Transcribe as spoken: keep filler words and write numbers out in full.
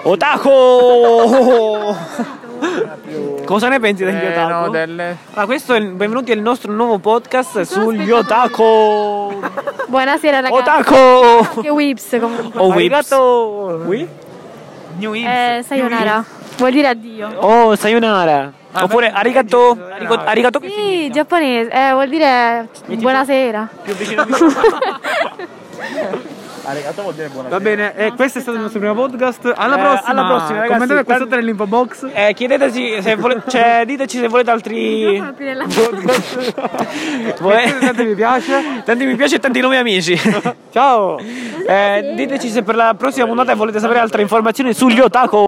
Otaku! Cosa ne pensi degli Eh, otaku? no, delle... Ah, questo è il, benvenuti al nostro nuovo podcast sugli otaku. Buonasera ragazzi. Otaku! Che whips comunque. Oh, whips. Arigato! Oui? New Ips. Eh, sayonara. Vuol dire addio. Oh, sayonara. Ah, Oppure beh, arigato. beh, Arigato, beh, arigato che Sì, significa? giapponese. Eh, vuol dire buonasera. Più vicino di Arigato vuol dire buona. Va bene, e questo è stato il nostro primo podcast. Alla Eh, prossima, alla prossima, ragazzi. commentate qua Tan- sotto nell'info box. Eh, chiedeteci se volete, cioè, diteci se volete altri. Vuole- Tanto mi piace. Tanti mi piace e tanti nuovi amici. Ciao. Eh, diteci se per la prossima puntata volete sapere altre informazioni sugli otaku.